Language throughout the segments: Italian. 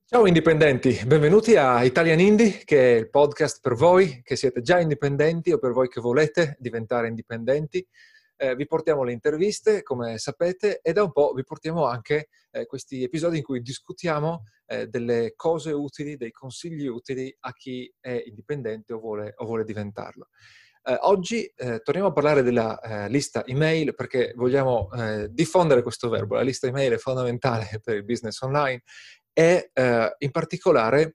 Ciao indipendenti, benvenuti a Italian Indie, che è il podcast per voi che siete già indipendenti o per voi che volete diventare indipendenti. Vi portiamo le interviste, come sapete, e da un po' vi portiamo anche questi episodi in cui discutiamo delle cose utili, dei consigli utili a chi è indipendente o vuole diventarlo. Oggi torniamo a parlare della lista email perché vogliamo diffondere questo verbo. La lista email è fondamentale per il business online e in particolare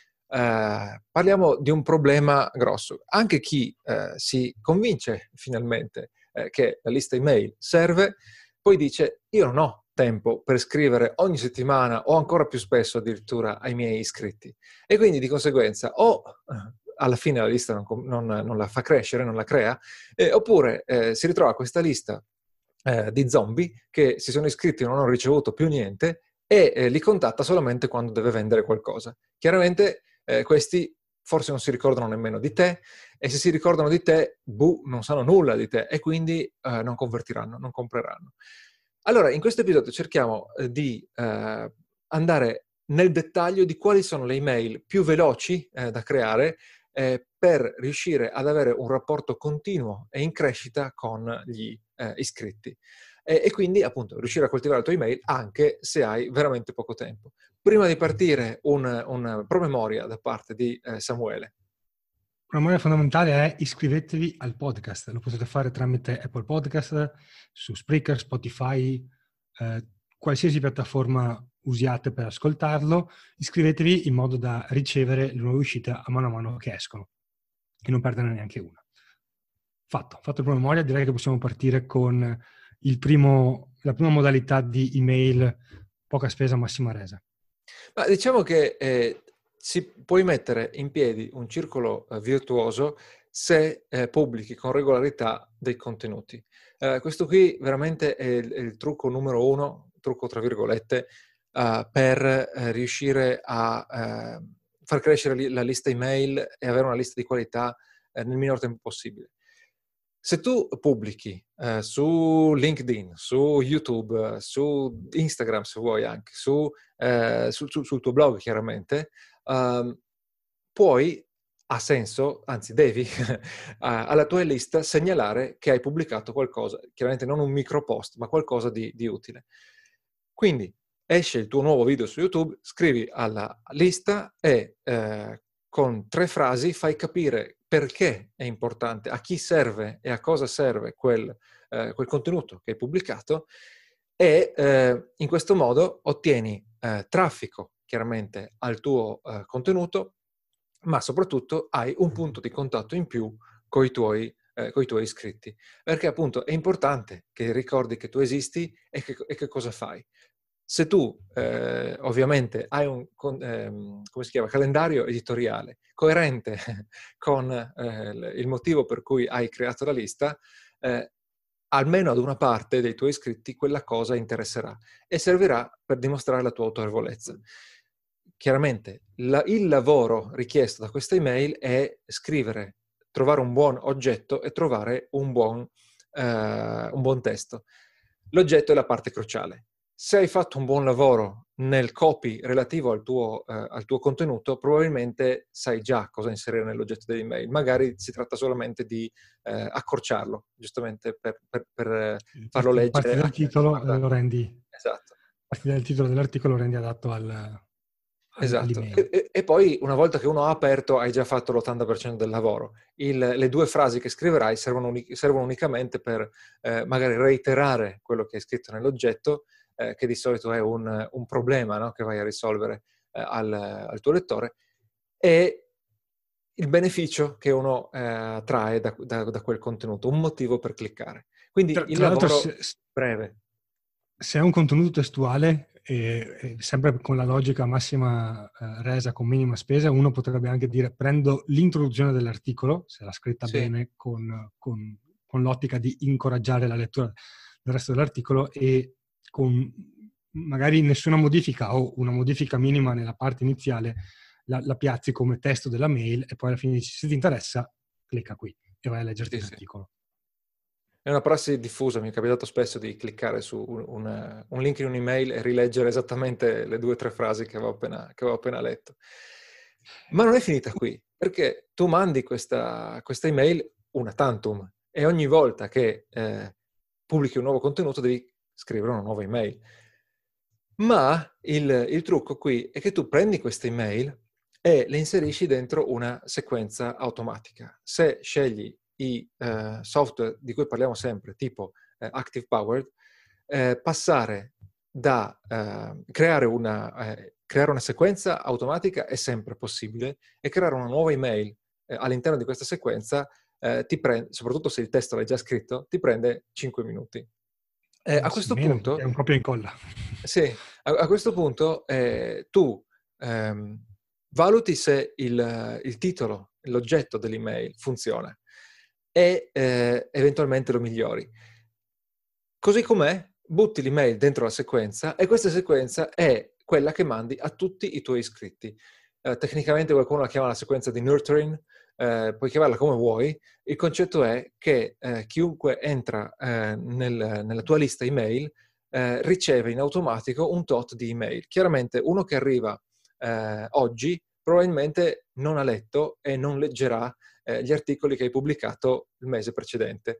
parliamo di un problema grosso. Anche chi si convince finalmente che la lista email serve, poi dice io non ho tempo per scrivere ogni settimana o ancora più spesso addirittura ai miei iscritti. E quindi di conseguenza o alla fine la lista non la fa crescere, non la crea, oppure si ritrova questa lista di zombie che si sono iscritti e non hanno ricevuto più niente e li contatta solamente quando deve vendere qualcosa. Chiaramente questi forse non si ricordano nemmeno di te e se si ricordano di te, non sanno nulla di te e quindi non convertiranno, non compreranno. Allora, in questo episodio cerchiamo di andare nel dettaglio di quali sono le email più veloci da creare per riuscire ad avere un rapporto continuo e in crescita con gli iscritti. E quindi, appunto, riuscire a coltivare la tua email anche se hai veramente poco tempo. Prima di partire, un promemoria da parte di Samuele. Il promemoria fondamentale è iscrivetevi al podcast. Lo potete fare tramite Apple Podcast, su Spreaker, Spotify, qualsiasi piattaforma usiate per ascoltarlo. Iscrivetevi in modo da ricevere le nuove uscite a mano che escono e non perderne neanche una. Fatto il promemoria, direi che possiamo partire con la prima modalità di email, poca spesa, massima resa. Ma diciamo che si puoi mettere in piedi un circolo virtuoso se pubblichi con regolarità dei contenuti. Questo qui veramente è il trucco numero uno, trucco tra virgolette, per riuscire a far crescere la lista email e avere una lista di qualità nel minor tempo possibile. Se tu pubblichi su LinkedIn, su YouTube, su Instagram se vuoi anche, sul tuo blog chiaramente, puoi, ha senso, anzi devi, alla tua lista segnalare che hai pubblicato qualcosa, chiaramente non un micro post, ma qualcosa di utile. Quindi esce il tuo nuovo video su YouTube, scrivi alla lista e con 3 frasi fai capire perché è importante, a chi serve e a cosa serve quel contenuto che hai pubblicato e in questo modo ottieni traffico chiaramente al tuo contenuto, ma soprattutto hai un punto di contatto in più con i tuoi iscritti. Perché appunto è importante che ricordi che tu esisti e che cosa fai. Se tu ovviamente hai un come si chiama, calendario editoriale coerente con il motivo per cui hai creato la lista, almeno ad una parte dei tuoi iscritti quella cosa interesserà e servirà per dimostrare la tua autorevolezza. Chiaramente il lavoro richiesto da questa email è scrivere, trovare un buon oggetto e trovare un buon testo. L'oggetto è la parte cruciale. Se hai fatto un buon lavoro nel copy relativo al tuo contenuto, probabilmente sai già cosa inserire nell'oggetto dell'email. Magari si tratta solamente di accorciarlo, giustamente per farlo leggere. Parti dal titolo lo rendi. Esatto. Parti dal titolo dell'articolo lo rendi adatto Esatto. all'email. E poi una volta che uno ha aperto hai già fatto l'80% del lavoro. Le 2 frasi che scriverai servono unicamente per magari reiterare quello che hai scritto nell'oggetto, che di solito è un problema, no? Che vai a risolvere al tuo lettore, e il beneficio che uno trae da quel contenuto, un motivo per cliccare. Quindi il lavoro breve. Se è un contenuto testuale, sempre con la logica massima resa con minima spesa, uno potrebbe anche dire prendo l'introduzione dell'articolo, se l'ha scritta bene, con l'ottica di incoraggiare la lettura del resto dell'articolo e con magari nessuna modifica o una modifica minima nella parte iniziale la piazzi come testo della mail e poi alla fine dici se ti interessa clicca qui e vai a leggerti l'articolo. È una prassi diffusa, mi è capitato spesso di cliccare su un link in un'email e rileggere esattamente le 2 o 3 frasi che avevo appena letto. Ma non è finita qui, perché tu mandi questa email una tantum e ogni volta che pubblichi un nuovo contenuto devi scrivere una nuova email. Ma il trucco qui è che tu prendi queste email e le inserisci dentro una sequenza automatica. Se scegli i software di cui parliamo sempre, tipo Active Powered, passare da creare una sequenza automatica è sempre possibile, e creare una nuova email all'interno di questa sequenza soprattutto se il testo l'hai già scritto, ti prende 5 minuti. A questo Meno, perché è punto, un copia e incolla. sì, a questo punto tu valuti se il titolo, l'oggetto dell'email funziona e eventualmente lo migliori. Così com'è, butti l'email dentro la sequenza e questa sequenza è quella che mandi a tutti i tuoi iscritti. Tecnicamente qualcuno la chiama la sequenza di nurturing, puoi chiamarla come vuoi. Il concetto è che chiunque entra nella tua lista email riceve in automatico un tot di email. Chiaramente uno che arriva oggi probabilmente non ha letto e non leggerà gli articoli che hai pubblicato il mese precedente.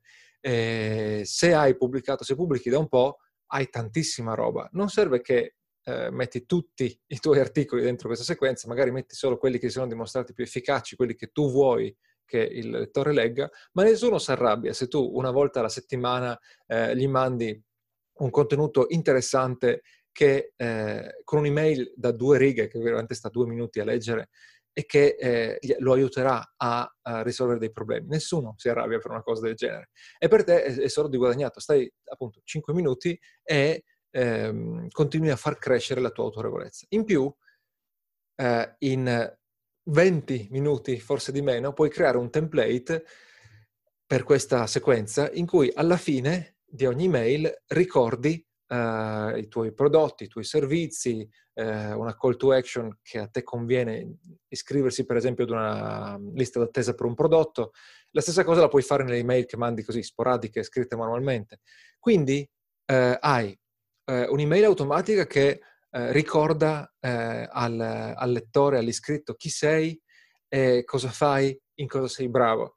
Se pubblichi da un po', hai tantissima roba. Non serve che metti tutti i tuoi articoli dentro questa sequenza, magari metti solo quelli che si sono dimostrati più efficaci, quelli che tu vuoi che il lettore legga, ma nessuno si arrabbia se tu una volta alla settimana gli mandi un contenuto interessante che con un'email da 2 righe, che veramente sta 2 minuti a leggere, e che lo aiuterà a risolvere dei problemi. Nessuno si arrabbia per una cosa del genere. E per te è solo di guadagnato. Stai appunto 5 minuti e continui a far crescere la tua autorevolezza. In più, in 20 minuti, forse di meno, puoi creare un template per questa sequenza in cui alla fine di ogni email ricordi i tuoi prodotti, i tuoi servizi, una call to action che a te conviene iscriversi per esempio ad una lista d'attesa per un prodotto. La stessa cosa la puoi fare nelle email che mandi così sporadiche, scritte manualmente. Quindi hai un'email automatica che ricorda al lettore, all'iscritto chi sei, cosa fai, in cosa sei bravo.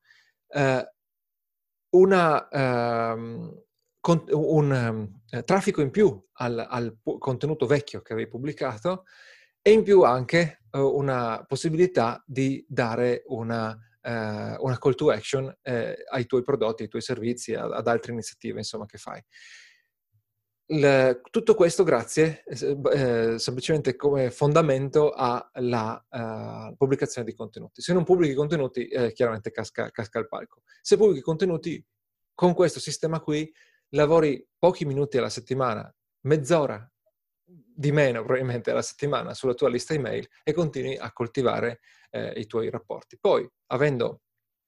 Un traffico in più al contenuto vecchio che avevi pubblicato, e in più anche una possibilità di dare una call to action ai tuoi prodotti, ai tuoi servizi, ad altre iniziative, insomma, che fai. Tutto questo grazie semplicemente come fondamento alla pubblicazione di contenuti. Se non pubblichi contenuti, chiaramente casca il palco. Se pubblichi contenuti con questo sistema qui, lavori pochi minuti alla settimana, mezz'ora di meno probabilmente alla settimana sulla tua lista email, e continui a coltivare i tuoi rapporti. Poi, avendo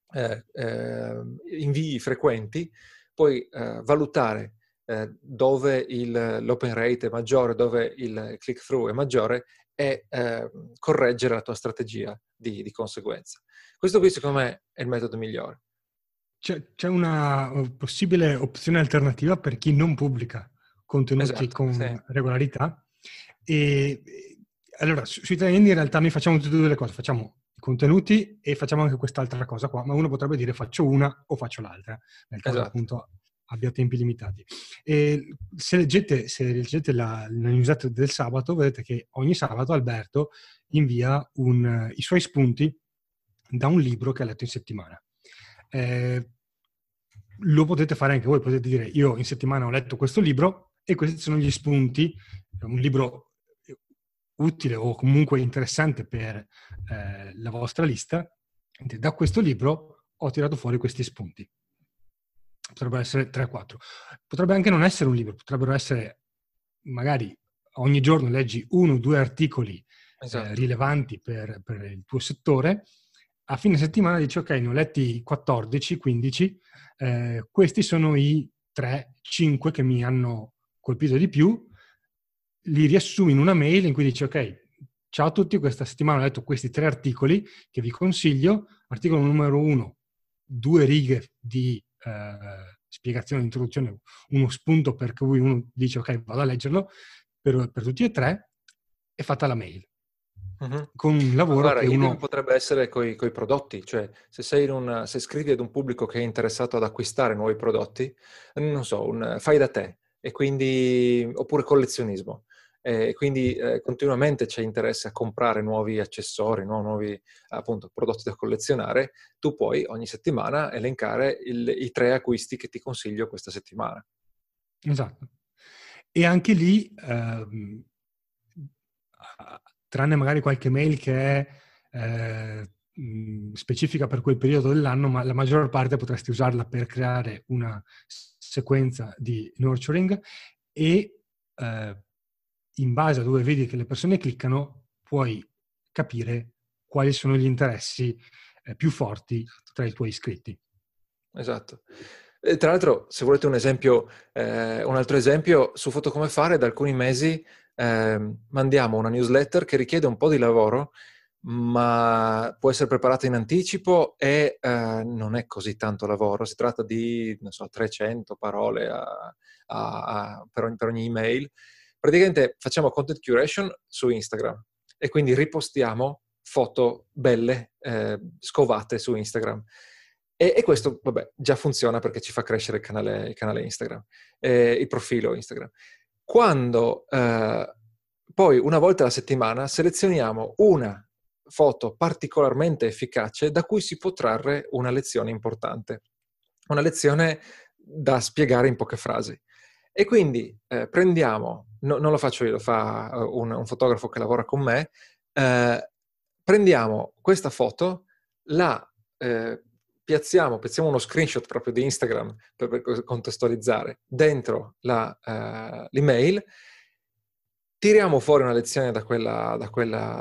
invii frequenti, puoi valutare dove l'open rate è maggiore, dove il click-through è maggiore, e correggere la tua strategia di conseguenza. Questo qui secondo me è il metodo migliore. C'è una possibile opzione alternativa per chi non pubblica contenuti Esatto, sì. regolarità. E allora, su Italian in realtà noi facciamo tutte e due le cose, facciamo i contenuti e facciamo anche quest'altra cosa qua, ma uno potrebbe dire faccio una o faccio l'altra, nel caso appunto abbia tempi limitati. E se leggete la newsletter del sabato, vedete che ogni sabato Alberto invia i suoi spunti da un libro che ha letto in settimana. Lo potete fare anche voi, potete dire io in settimana ho letto questo libro e questi sono gli spunti, un libro utile o comunque interessante per la vostra lista. Da questo libro ho tirato fuori questi spunti. Potrebbero essere 3-4. Potrebbe anche non essere un libro, potrebbero essere magari ogni giorno leggi 1 o 2 articoli rilevanti per il tuo settore. A fine settimana dici ok, ne ho letti 14, 15, questi sono i 3-5 che mi hanno colpito di più, li riassumi in una mail in cui dici ok, ciao a tutti, questa settimana ho letto questi 3 articoli che vi consiglio. Articolo numero 1, 2 righe di spiegazione, introduzione, uno spunto per cui uno dice ok, vado a leggerlo, per tutti e tre è fatta la mail. Con un lavoro guarda, che idem uno... potrebbe essere coi prodotti, cioè se scrivi ad un pubblico che è interessato ad acquistare nuovi prodotti, non so, fai da te, e quindi, oppure collezionismo, e quindi continuamente c'è interesse a comprare nuovi accessori, no? Nuovi appunto prodotti da collezionare, tu puoi ogni settimana elencare i 3 acquisti che ti consiglio questa settimana. Esatto. E anche lì, tranne magari qualche mail che è specifica per quel periodo dell'anno, ma la maggior parte potresti usarla per creare una sequenza di nurturing e in base a dove vedi che le persone cliccano puoi capire quali sono gli interessi più forti tra i tuoi iscritti. Esatto. E tra l'altro, se volete un altro esempio, su Foto Come Fare, da alcuni mesi mandiamo una newsletter che richiede un po' di lavoro, ma può essere preparata in anticipo e non è così tanto lavoro. Si tratta di, non so, 300 parole per ogni email. Praticamente facciamo content curation su Instagram e quindi ripostiamo foto belle, scovate su Instagram. E questo, vabbè, già funziona perché ci fa crescere il canale Instagram, il profilo Instagram. Quando poi una volta alla settimana selezioniamo una foto particolarmente efficace da cui si può trarre una lezione importante, una lezione da spiegare in poche frasi. E quindi non lo faccio io, lo fa un fotografo che lavora con me, prendiamo questa foto, la piazziamo uno screenshot proprio di Instagram per contestualizzare dentro l'email, tiriamo fuori una lezione da quella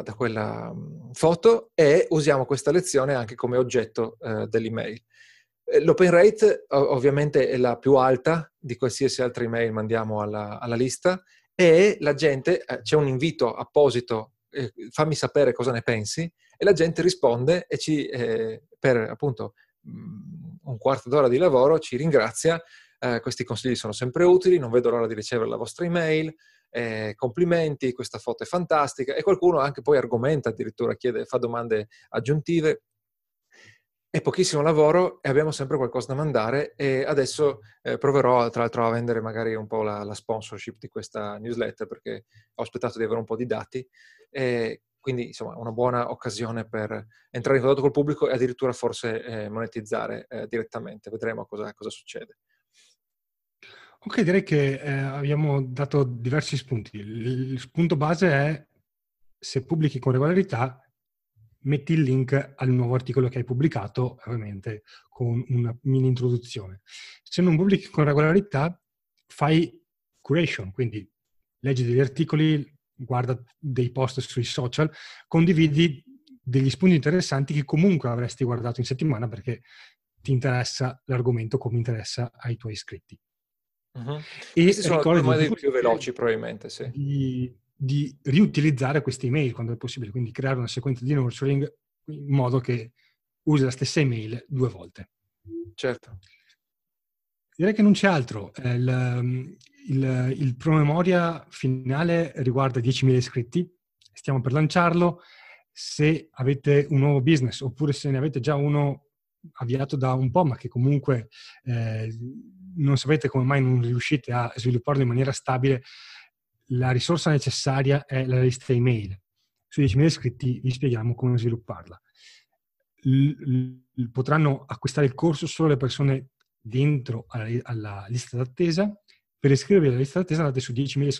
foto e usiamo questa lezione anche come oggetto dell'email. L'open rate ovviamente è la più alta di qualsiasi altra email mandiamo alla lista e la gente, c'è un invito apposito, fammi sapere cosa ne pensi, e la gente risponde e per appunto un quarto d'ora di lavoro ci ringrazia. Questi consigli sono sempre utili, non vedo l'ora di ricevere la vostra email, complimenti, questa foto è fantastica, e qualcuno anche poi argomenta, addirittura fa domande aggiuntive. È pochissimo lavoro e abbiamo sempre qualcosa da mandare, e adesso proverò tra l'altro a vendere magari un po' la sponsorship di questa newsletter, perché ho aspettato di avere un po' di dati, e quindi insomma una buona occasione per entrare in contatto col pubblico e addirittura forse monetizzare direttamente. Vedremo cosa succede. Ok, direi che abbiamo dato diversi spunti. Il punto base è: se pubblichi con regolarità, metti il link al nuovo articolo che hai pubblicato, ovviamente con una mini introduzione. Se non pubblichi con regolarità, fai curation, quindi leggi degli articoli, guarda dei post sui social, condividi degli spunti interessanti che comunque avresti guardato in settimana perché ti interessa l'argomento come interessa ai tuoi iscritti. Uh-huh. E Questi sono due modi più possibile veloci, probabilmente, sì. di riutilizzare queste email quando è possibile, quindi creare una sequenza di nurturing in modo che usi la stessa email 2 volte. Certo. Direi che non c'è altro. Il promemoria finale riguarda 10.000 iscritti, stiamo per lanciarlo. Se avete un nuovo business oppure se ne avete già uno avviato da un po', ma che comunque non sapete come mai non riuscite a svilupparlo in maniera stabile, la risorsa necessaria è la lista email. Su 10.000 iscritti vi spieghiamo come svilupparla. Potranno acquistare il corso solo le persone dentro alla lista d'attesa. Per iscrivervi alla lista d'attesa andate su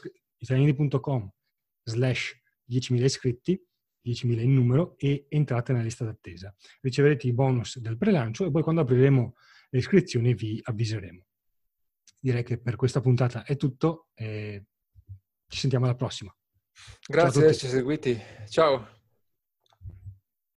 10.000italiani.com/10.000 iscritti, 10.000 in numero, e entrate nella lista d'attesa. Riceverete i bonus del prelancio e poi quando apriremo le iscrizioni vi avviseremo. Direi che per questa puntata è tutto e ci sentiamo alla prossima. Grazie di averci seguiti. Ciao.